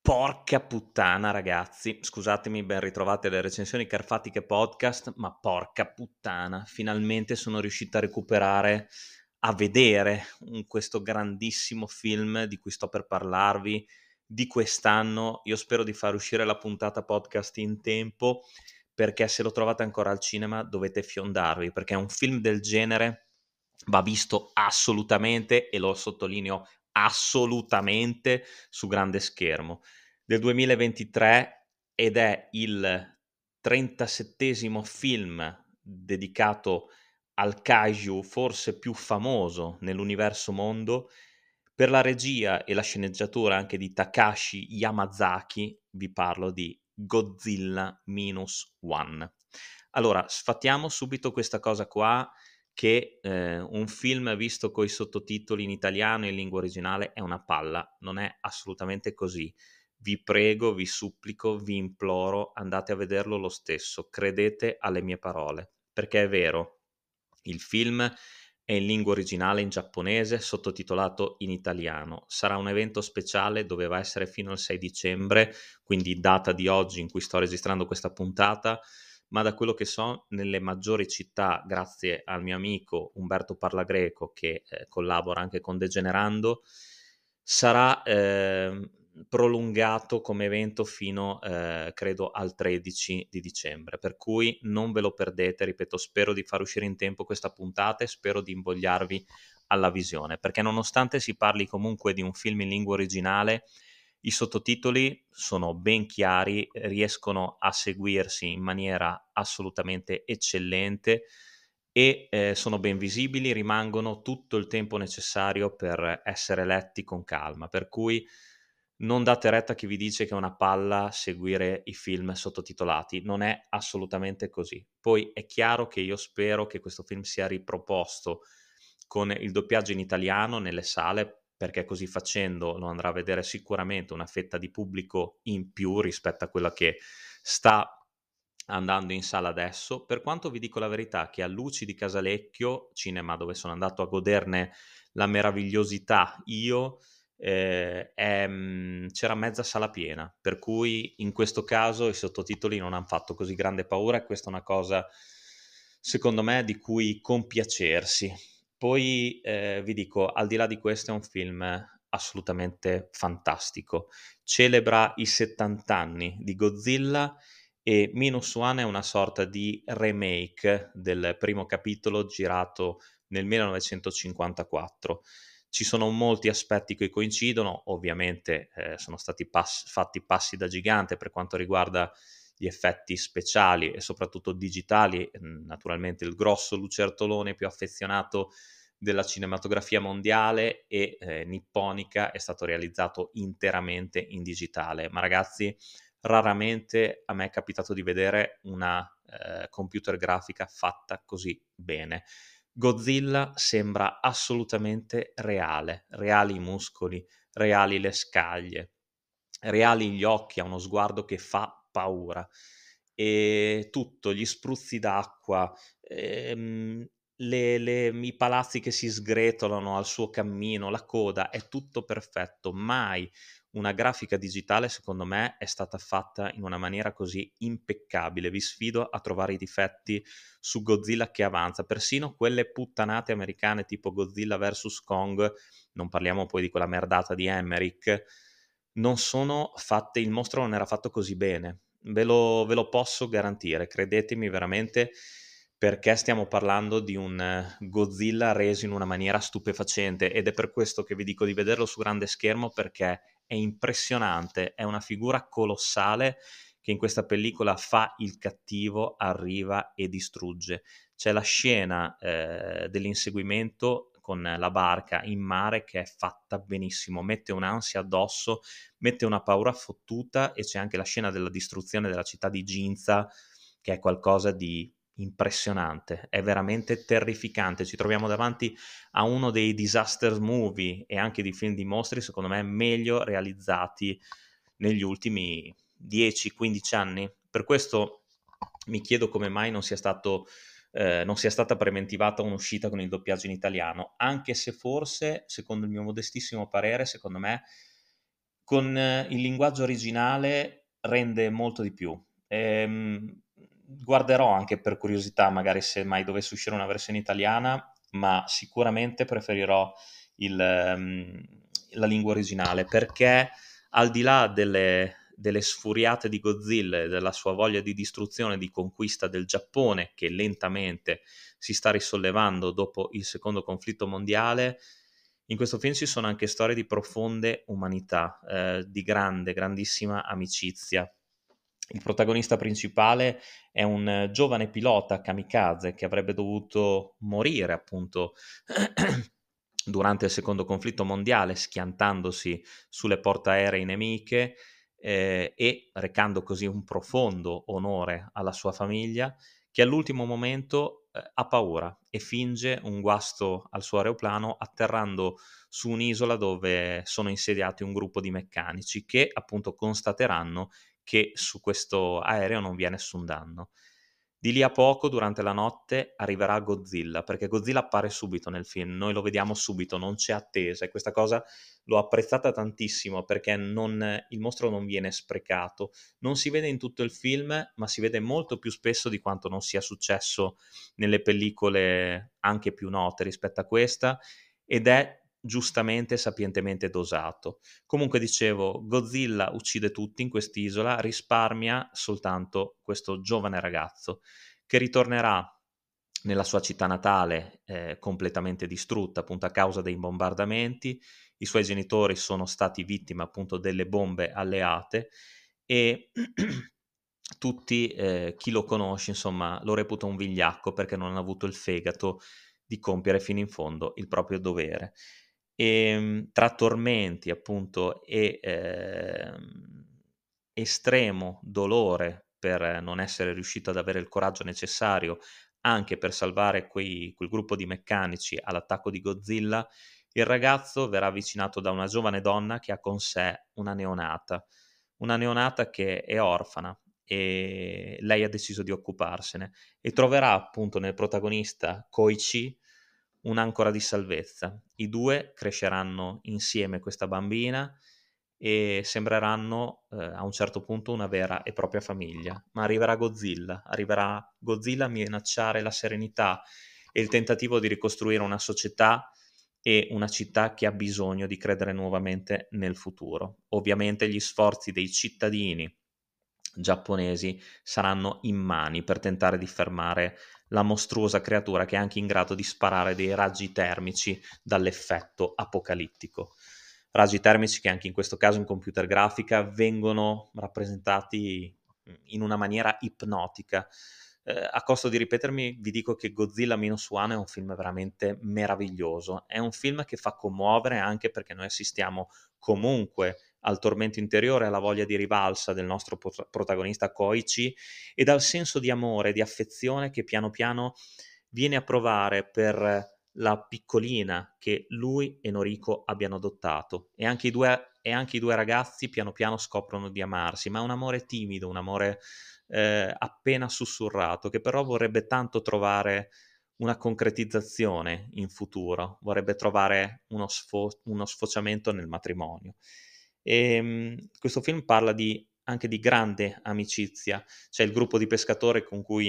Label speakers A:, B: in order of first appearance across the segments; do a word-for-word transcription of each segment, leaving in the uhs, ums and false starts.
A: Porca puttana ragazzi, scusatemi, ben ritrovate alle recensioni Carfatiche Podcast, ma porca puttana, finalmente sono riuscito a recuperare, a vedere un- questo grandissimo film di cui sto per parlarvi di quest'anno. Io spero di far uscire la puntata podcast in tempo, perché se lo trovate ancora al cinema dovete fiondarvi, perché un film del genere va visto assolutamente, e lo sottolineo assolutamente, su grande schermo. Del duemilaventitré, ed è il trentasettesimo film dedicato al kaiju forse più famoso nell'universo mondo. Per la regia e la sceneggiatura anche di Takashi Yamazaki vi parlo di Godzilla Minus One. Allora, sfatiamo subito questa cosa qua, che eh, un film visto coi sottotitoli in italiano e in lingua originale è una palla. Non è assolutamente così. Vi prego, vi supplico, vi imploro, andate a vederlo lo stesso, credete alle mie parole, perché è vero, il film è in lingua originale in giapponese, sottotitolato in italiano. Sarà un evento speciale, doveva essere fino al sei dicembre, quindi data di oggi in cui sto registrando questa puntata, ma da quello che so, nelle maggiori città, grazie al mio amico Umberto Parlagreco, che eh, collabora anche con Degenerando, sarà eh, prolungato come evento fino, eh, credo, al tredici di dicembre, per cui non ve lo perdete. Ripeto, spero di far uscire in tempo questa puntata e spero di invogliarvi alla visione, perché nonostante si parli comunque di un film in lingua originale, i sottotitoli sono ben chiari, riescono a seguirsi in maniera assolutamente eccellente e eh, sono ben visibili, rimangono tutto il tempo necessario per essere letti con calma, per cui non date retta a chi vi dice che è una palla seguire i film sottotitolati, non è assolutamente così. Poi è chiaro che io spero che questo film sia riproposto con il doppiaggio in italiano nelle sale, perché così facendo lo andrà a vedere sicuramente una fetta di pubblico in più rispetto a quella che sta andando in sala adesso. Per quanto vi dico la verità che a Luci di Casalecchio, cinema dove sono andato a goderne la meravigliosità io, eh, è, mh, c'era mezza sala piena, per cui in questo caso i sottotitoli non hanno fatto così grande paura, e questa è una cosa secondo me di cui compiacersi. Poi eh, vi dico, al di là di questo è un film assolutamente fantastico, celebra i settanta anni di Godzilla, e Minus One è una sorta di remake del primo capitolo girato nel millenovecentocinquantaquattro. Ci sono molti aspetti che coincidono, ovviamente eh, sono stati pass- fatti passi da gigante per quanto riguarda gli effetti speciali e soprattutto digitali. Naturalmente il grosso lucertolone più affezionato della cinematografia mondiale e eh, nipponica è stato realizzato interamente in digitale. Ma ragazzi, raramente a me è capitato di vedere una eh, computer grafica fatta così bene. Godzilla sembra assolutamente reale, reali i muscoli, reali le scaglie, reali gli occhi, ha uno sguardo che fa paura. E tutto, gli spruzzi d'acqua, ehm, le, le, i palazzi che si sgretolano al suo cammino, la coda, è tutto perfetto. Mai una grafica digitale, secondo me, è stata fatta in una maniera così impeccabile. Vi sfido a trovare i difetti su Godzilla che avanza, persino quelle puttanate americane tipo Godzilla versus Kong, non parliamo poi di quella merdata di Emmerich, non sono fatte, il mostro non era fatto così bene. Ve lo, ve lo posso garantire, credetemi veramente, perché stiamo parlando di un eh, Godzilla reso in una maniera stupefacente, ed è per questo che vi dico di vederlo su grande schermo, perché è impressionante, è una figura colossale che in questa pellicola fa il cattivo, arriva e distrugge. C'è la scena eh, dell'inseguimento con la barca in mare che è fatta benissimo, mette un'ansia addosso, mette una paura fottuta, e c'è anche la scena della distruzione della città di Ginza che è qualcosa di impressionante, è veramente terrificante. Ci troviamo davanti a uno dei disaster movie e anche di film di mostri, secondo me, meglio realizzati negli ultimi dieci quindici anni. Per questo mi chiedo come mai non sia stato eh, non sia stata preventivata un'uscita con il doppiaggio in italiano, anche se forse, secondo il mio modestissimo parere, secondo me con eh, il linguaggio originale rende molto di più. Ehm, guarderò anche per curiosità, magari se mai dovesse uscire una versione italiana, ma sicuramente preferirò il, ehm, la lingua originale perché al di là delle, delle sfuriate di Godzilla e della sua voglia di distruzione e di conquista del Giappone, che lentamente si sta risollevando dopo il secondo conflitto mondiale, in questo film ci sono anche storie di profonde umanità, eh, di grande, grandissima amicizia. Il protagonista principale è un eh, giovane pilota kamikaze che avrebbe dovuto morire appunto durante il secondo conflitto mondiale schiantandosi sulle portaerei nemiche eh, e recando così un profondo onore alla sua famiglia, che all'ultimo momento eh, ha paura e finge un guasto al suo aeroplano atterrando su un'isola dove sono insediati un gruppo di meccanici che appunto constateranno che su questo aereo non vi è nessun danno. Di lì a poco, durante la notte, arriverà Godzilla, perché Godzilla appare subito nel film, noi lo vediamo subito, non c'è attesa e questa cosa l'ho apprezzata tantissimo perché non, il mostro non viene sprecato, non si vede in tutto il film, ma si vede molto più spesso di quanto non sia successo nelle pellicole anche più note rispetto a questa ed è giustamente e sapientemente dosato. Comunque dicevo, Godzilla uccide tutti in quest'isola, risparmia soltanto questo giovane ragazzo che ritornerà nella sua città natale eh, completamente distrutta appunto a causa dei bombardamenti. I suoi genitori sono stati vittime appunto delle bombe alleate e tutti, eh, chi lo conosce, insomma, lo reputa un vigliacco perché non ha avuto il fegato di compiere fino in fondo il proprio dovere. E tra tormenti, appunto, e ehm, estremo dolore per non essere riuscito ad avere il coraggio necessario anche per salvare quei, quel gruppo di meccanici all'attacco di Godzilla, il ragazzo verrà avvicinato da una giovane donna che ha con sé una neonata, una neonata che è orfana e lei ha deciso di occuparsene e troverà appunto nel protagonista Koichi un'ancora di salvezza. I due cresceranno insieme questa bambina e sembreranno eh, a un certo punto una vera e propria famiglia. Ma arriverà Godzilla, arriverà Godzilla a minacciare la serenità e il tentativo di ricostruire una società e una città che ha bisogno di credere nuovamente nel futuro. Ovviamente gli sforzi dei cittadini giapponesi saranno immani per tentare di fermare la mostruosa creatura che è anche in grado di sparare dei raggi termici dall'effetto apocalittico. Raggi termici che anche in questo caso in computer grafica vengono rappresentati in una maniera ipnotica. Eh, a costo di ripetermi, vi dico che Godzilla Minus One è un film veramente meraviglioso. È un film che fa commuovere anche perché noi assistiamo comunque al tormento interiore, alla voglia di rivalsa del nostro protagonista Koichi e dal senso di amore, di affezione che piano piano viene a provare per la piccolina che lui e Noriko abbiano adottato e anche i due, e anche i due ragazzi piano piano scoprono di amarsi, ma è un amore timido, un amore eh, appena sussurrato, che però vorrebbe tanto trovare una concretizzazione in futuro, vorrebbe trovare uno, sfo- uno sfociamento nel matrimonio. E, mh, questo film parla di, anche di grande amicizia, c'è il gruppo di pescatori con cui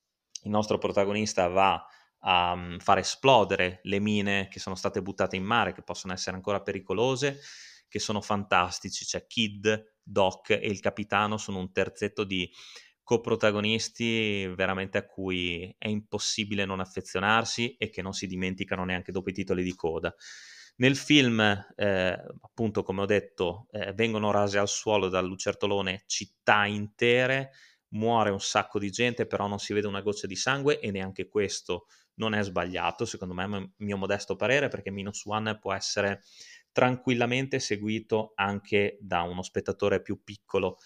A: il nostro protagonista va a um, far esplodere le mine che sono state buttate in mare, che possono essere ancora pericolose, che sono fantastici. C'è Kid, Doc e il capitano, sono un terzetto di coprotagonisti veramente a cui è impossibile non affezionarsi e che non si dimenticano neanche dopo i titoli di coda. Nel film, eh, appunto, come ho detto, eh, vengono rase al suolo dal lucertolone città intere, muore un sacco di gente, però non si vede una goccia di sangue e neanche questo non è sbagliato, secondo me, a mio modesto parere, perché Minus One può essere tranquillamente seguito anche da uno spettatore più piccolo.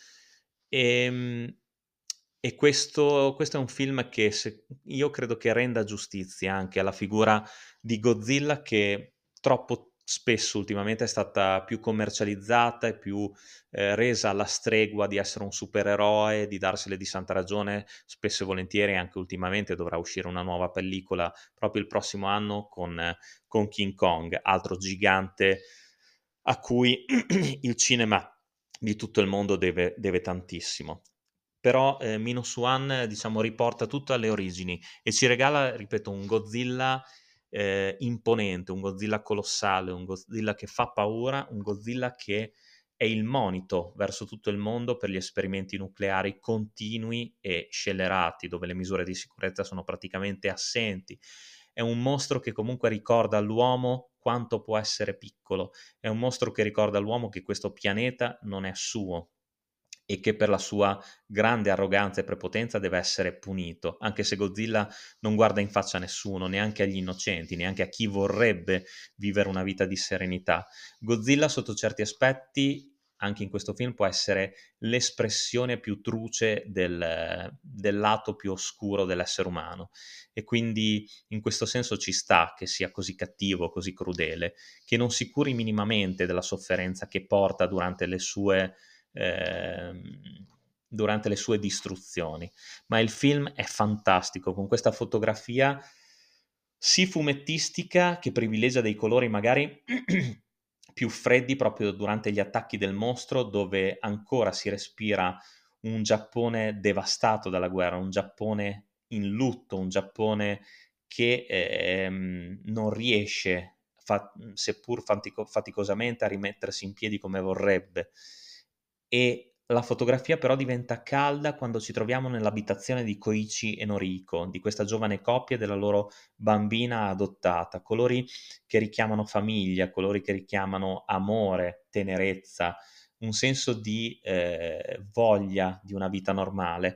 A: E, e questo, questo è un film che se, io credo che renda giustizia anche alla figura di Godzilla che troppo spesso ultimamente è stata più commercializzata e più eh, resa alla stregua di essere un supereroe, di darsele di santa ragione, spesso e volentieri anche ultimamente dovrà uscire una nuova pellicola proprio il prossimo anno con, eh, con King Kong, altro gigante a cui il cinema di tutto il mondo deve deve tantissimo. Però, ehm, Minus One, diciamo, riporta tutto alle origini e ci regala, ripeto, un Godzilla, ehm, imponente, un Godzilla colossale, un Godzilla che fa paura, un Godzilla che è il monito verso tutto il mondo per gli esperimenti nucleari continui e scellerati, dove le misure di sicurezza sono praticamente assenti. È un mostro che comunque ricorda all'uomo quanto può essere piccolo, è un mostro che ricorda all'uomo che questo pianeta non è suo e che per la sua grande arroganza e prepotenza deve essere punito, anche se Godzilla non guarda in faccia a nessuno, neanche agli innocenti, neanche a chi vorrebbe vivere una vita di serenità. Godzilla, sotto certi aspetti, anche in questo film, può essere l'espressione più truce del, del lato più oscuro dell'essere umano, e quindi in questo senso ci sta che sia così cattivo, così crudele, che non si curi minimamente della sofferenza che porta durante le sue ehm, durante le sue distruzioni. Ma il film è fantastico, con questa fotografia sì fumettistica, che privilegia dei colori magari più freddi proprio durante gli attacchi del mostro, dove ancora si respira un Giappone devastato dalla guerra, un Giappone in lutto, un Giappone che ehm, non riesce, fa- seppur fatico- faticosamente, a rimettersi in piedi come vorrebbe. E la fotografia però diventa calda quando ci troviamo nell'abitazione di Koichi e Noriko, di questa giovane coppia e della loro bambina adottata, colori che richiamano famiglia, colori che richiamano amore, tenerezza, un senso di eh, voglia di una vita normale.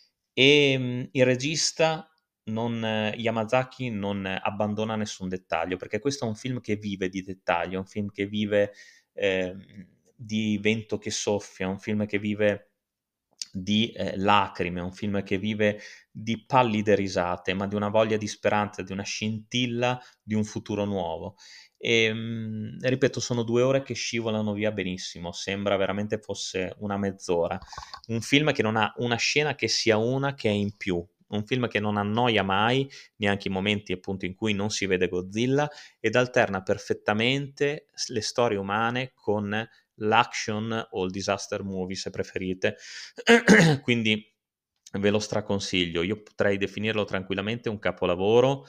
A: E mh, il regista non, eh, Yamazaki non abbandona nessun dettaglio, perché questo è un film che vive di dettagli, è un film che vive eh, di vento che soffia, è un film che vive di eh, lacrime, è un film che vive di pallide risate, ma di una voglia di speranza, di una scintilla di un futuro nuovo. E mh, ripeto, sono due ore che scivolano via benissimo, sembra veramente fosse una mezz'ora. Un film che non ha una scena che sia una che è in più. Un film che non annoia mai, neanche i momenti appunto in cui non si vede Godzilla, ed alterna perfettamente le storie umane con l'action o il disaster movie, se preferite. Quindi ve lo straconsiglio. Io potrei definirlo tranquillamente un capolavoro,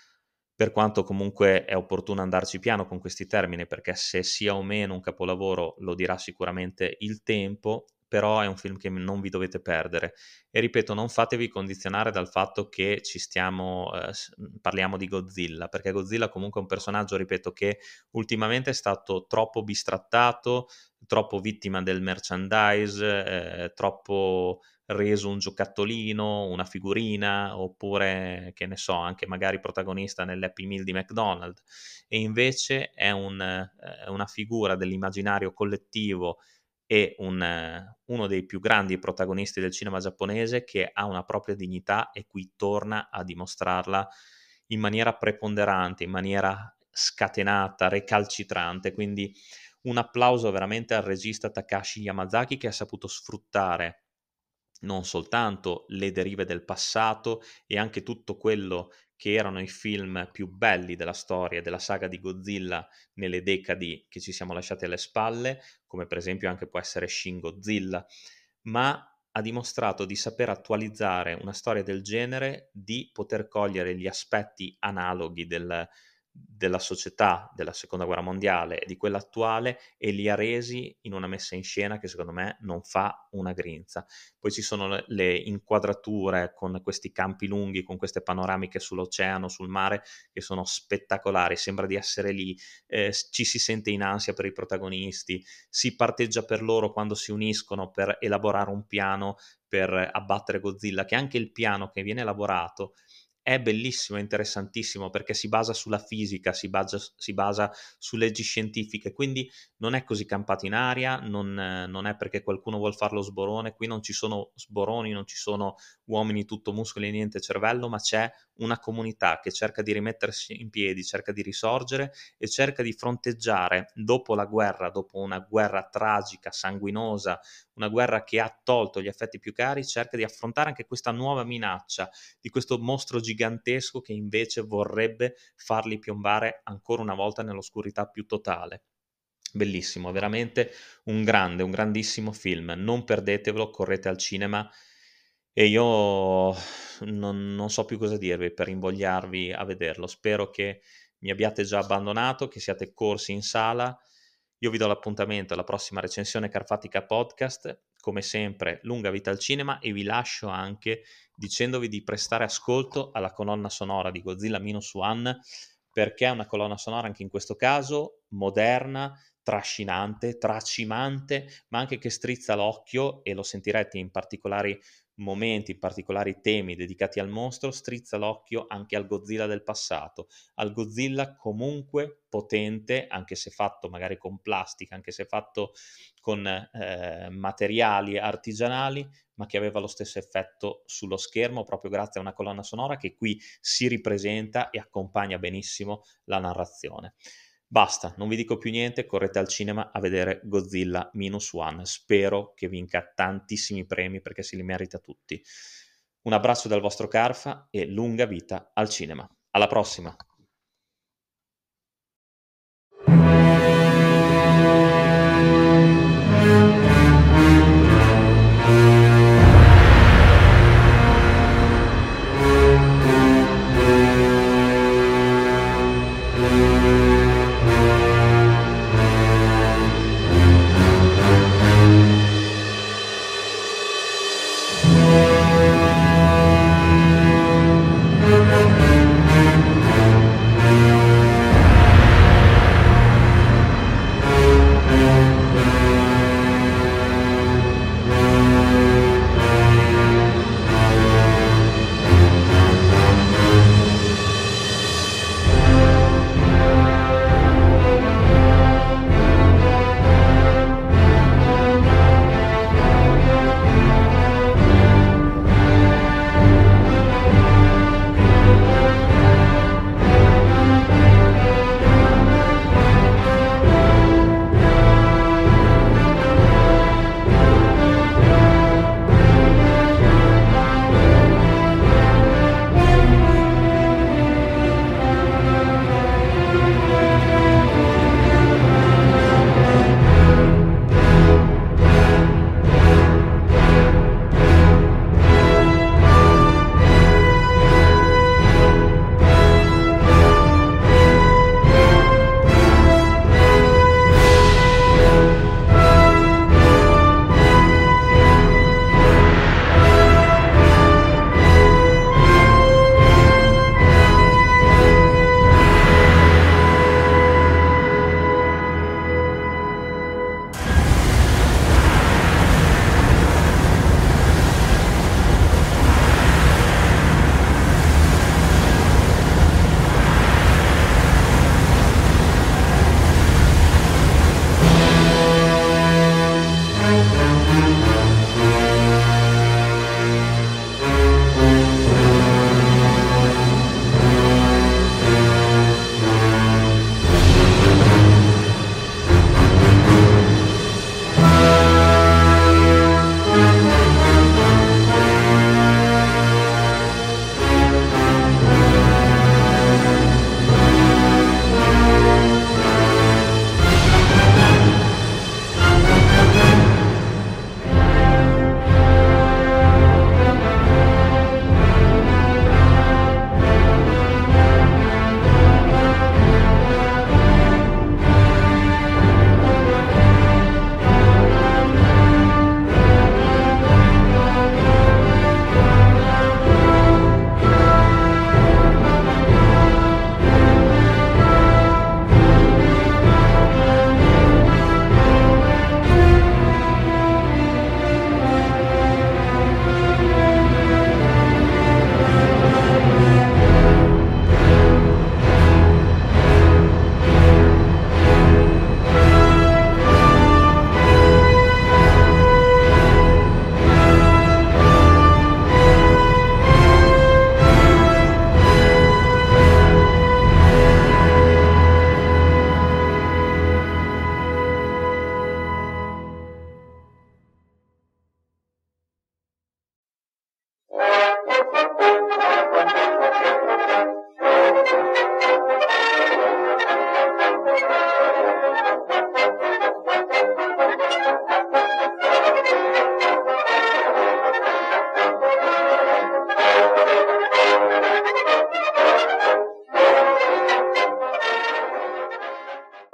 A: per quanto comunque è opportuno andarci piano con questi termini, perché se sia o meno un capolavoro lo dirà sicuramente il tempo, però è un film che non vi dovete perdere. E ripeto, non fatevi condizionare dal fatto che ci stiamo, eh, parliamo di Godzilla, perché Godzilla comunque è un personaggio, ripeto, che ultimamente è stato troppo bistrattato, troppo vittima del merchandise, eh, troppo reso un giocattolino, una figurina, oppure, che ne so, anche magari protagonista nell'Happy Meal di McDonald's. E invece è un, eh, una figura dell'immaginario collettivo e un, eh, uno dei più grandi protagonisti del cinema giapponese, che ha una propria dignità e qui torna a dimostrarla in maniera preponderante, in maniera scatenata, recalcitrante. Quindi un applauso veramente al regista Takashi Yamazaki, che ha saputo sfruttare non soltanto le derive del passato e anche tutto quello che erano i film più belli della storia della saga di Godzilla nelle decadi che ci siamo lasciati alle spalle, come per esempio anche può essere Shin Godzilla, ma ha dimostrato di saper attualizzare una storia del genere, di poter cogliere gli aspetti analoghi del, della società della seconda guerra mondiale e di quella attuale, e li ha resi in una messa in scena che secondo me non fa una grinza. Poi ci sono le, le inquadrature con questi campi lunghi, con queste panoramiche sull'oceano, sul mare, che sono spettacolari, sembra di essere lì, eh, ci si sente in ansia per i protagonisti, si parteggia per loro quando si uniscono per elaborare un piano per abbattere Godzilla, che anche il piano che viene elaborato è bellissimo, è interessantissimo, perché si basa sulla fisica, si basa, si basa su leggi scientifiche, quindi non è così campato in aria, non, eh, non è perché qualcuno vuol farlo sborone, qui non ci sono sboroni, non ci sono uomini tutto muscoli e niente cervello, ma c'è una comunità che cerca di rimettersi in piedi, cerca di risorgere e cerca di fronteggiare dopo la guerra, dopo una guerra tragica, sanguinosa, una guerra che ha tolto gli affetti più cari, cerca di affrontare anche questa nuova minaccia di questo mostro gigantesco che invece vorrebbe farli piombare ancora una volta nell'oscurità più totale. Bellissimo, veramente un grande, un grandissimo film. Non perdetevelo, correte al cinema e io non non so più cosa dirvi per invogliarvi a vederlo. Spero che mi abbiate già abbandonato, che siate corsi in sala. Io vi do l'appuntamento alla prossima recensione Carfatica Podcast. Come sempre, lunga vita al cinema e vi lascio anche dicendovi di prestare ascolto alla colonna sonora di Godzilla Minus One, perché è una colonna sonora anche in questo caso moderna, trascinante, tracimante, ma anche che strizza l'occhio, e lo sentirete in particolari momenti, in particolari temi dedicati al mostro, strizza l'occhio anche al Godzilla del passato, al Godzilla comunque potente, anche se fatto magari con plastica, anche se fatto con eh, materiali artigianali, ma che aveva lo stesso effetto sullo schermo proprio grazie a una colonna sonora che qui si ripresenta e accompagna benissimo la narrazione. Basta, non vi dico più niente, correte al cinema a vedere Godzilla Minus One. Spero che vinca tantissimi premi perché se li merita tutti. Un abbraccio dal vostro Carfa e lunga vita al cinema. Alla prossima!